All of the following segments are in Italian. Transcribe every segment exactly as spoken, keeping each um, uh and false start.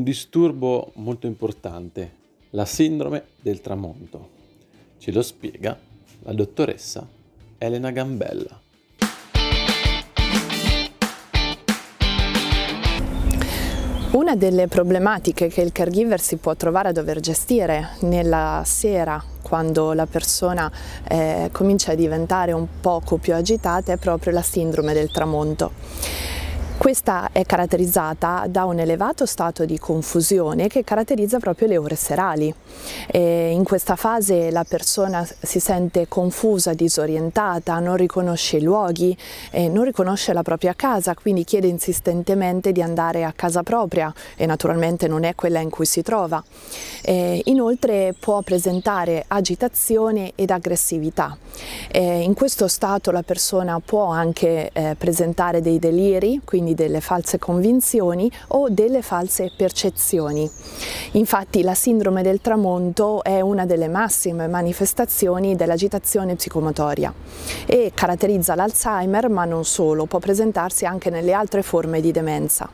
disturbo molto importante, la sindrome del tramonto. Ce lo spiega la dottoressa Elena Gambella. Una delle problematiche che il caregiver si può trovare a dover gestire nella sera, quando la persona eh, comincia a diventare un poco più agitata, è proprio la sindrome del tramonto. Questa è caratterizzata da un elevato stato di confusione che caratterizza proprio le ore serali. E in questa fase la persona si sente confusa, disorientata, non riconosce i luoghi, eh, non riconosce la propria casa, quindi chiede insistentemente di andare a casa propria e naturalmente non è quella in cui si trova. E inoltre può presentare agitazione ed aggressività. E in questo stato la persona può anche eh, presentare dei deliri, quindi delle false convinzioni o delle false percezioni. Infatti la sindrome del tramonto è una delle massime manifestazioni dell'agitazione psicomotoria e caratterizza l'Alzheimer, ma non solo, può presentarsi anche nelle altre forme di demenza.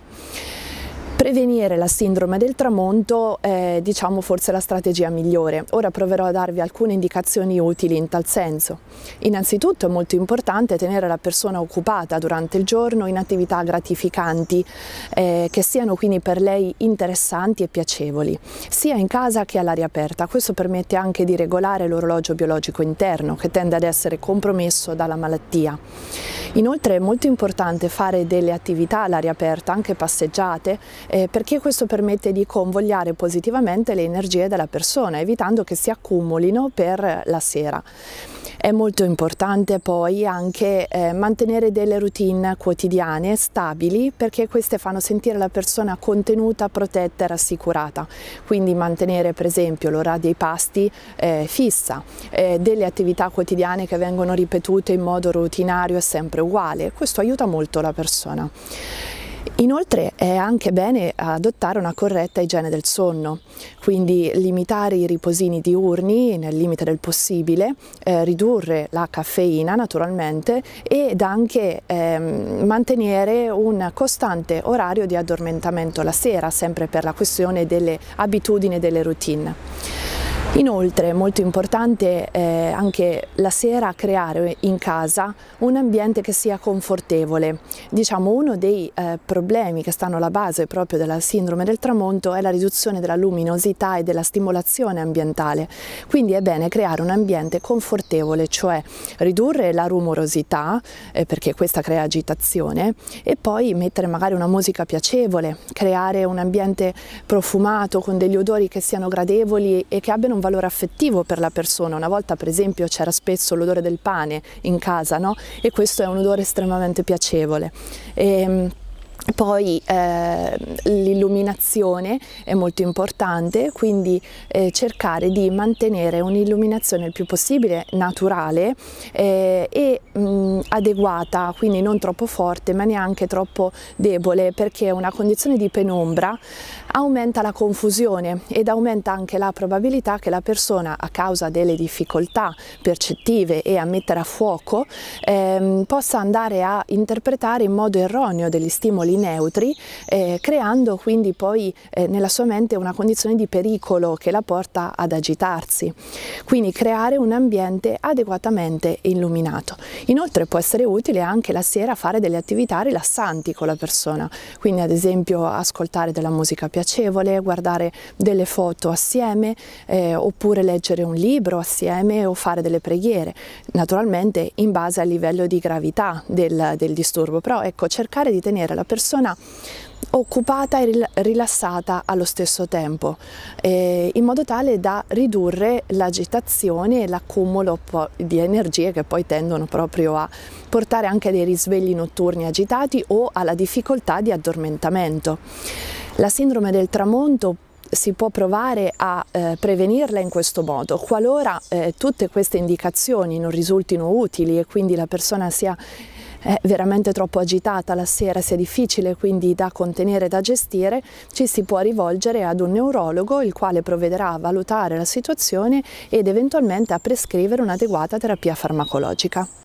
Prevenire la sindrome del tramonto è, diciamo, forse la strategia migliore. Ora proverò a darvi alcune indicazioni utili in tal senso. Innanzitutto è molto importante tenere la persona occupata durante il giorno in attività gratificanti, eh, che siano quindi per lei interessanti e piacevoli, sia in casa che all'aria aperta. Questo permette anche di regolare l'orologio biologico interno, che tende ad essere compromesso dalla malattia. Inoltre è molto importante fare delle attività all'aria aperta, anche passeggiate, Eh, perché questo permette di convogliare positivamente le energie della persona, evitando che si accumulino per la sera. È molto importante poi anche eh, mantenere delle routine quotidiane stabili, perché queste fanno sentire la persona contenuta, protetta e rassicurata. Quindi mantenere per esempio l'ora dei pasti eh, fissa, eh, delle attività quotidiane che vengono ripetute in modo rutinario e sempre uguale. Questo aiuta molto la persona. Inoltre è anche bene adottare una corretta igiene del sonno, quindi limitare i riposini diurni nel limite del possibile, eh, ridurre la caffeina naturalmente ed anche eh, mantenere un costante orario di addormentamento la sera, sempre per la questione delle abitudini e delle routine. Inoltre è molto importante eh, anche la sera creare in casa un ambiente che sia confortevole. Diciamo, uno dei eh, problemi che stanno alla base proprio della sindrome del tramonto è la riduzione della luminosità e della stimolazione ambientale. Quindi è bene creare un ambiente confortevole, cioè ridurre la rumorosità, eh, perché questa crea agitazione, e poi mettere magari una musica piacevole, creare un ambiente profumato con degli odori che siano gradevoli e che abbiano un valore affettivo per la persona. Una volta per esempio c'era spesso l'odore del pane in casa, no? E questo è un odore estremamente piacevole. E, Poi eh, l'illuminazione è molto importante, quindi eh, cercare di mantenere un'illuminazione il più possibile naturale eh, e mh, adeguata, quindi non troppo forte ma neanche troppo debole, perché una condizione di penombra aumenta la confusione ed aumenta anche la probabilità che la persona, a causa delle difficoltà percettive e a mettere a fuoco, ehm, possa andare a interpretare in modo erroneo degli stimoli neutri, eh, creando quindi poi eh, nella sua mente una condizione di pericolo che la porta ad agitarsi. Quindi creare un ambiente adeguatamente illuminato. Inoltre può essere utile anche la sera fare delle attività rilassanti con la persona, quindi ad esempio ascoltare della musica piacevole, guardare delle foto assieme, eh, oppure leggere un libro assieme o fare delle preghiere, naturalmente in base al livello di gravità del, del disturbo, però ecco, cercare di tenere la persona occupata e rilassata allo stesso tempo, eh, in modo tale da ridurre l'agitazione e l'accumulo di energie che poi tendono proprio a portare anche a dei risvegli notturni agitati o alla difficoltà di addormentamento. La sindrome del tramonto si può provare a eh, prevenirla in questo modo. Qualora eh, tutte queste indicazioni non risultino utili e quindi la persona sia è veramente troppo agitata la sera, sia difficile quindi da contenere e da gestire, ci si può rivolgere ad un neurologo, il quale provvederà a valutare la situazione ed eventualmente a prescrivere un'adeguata terapia farmacologica.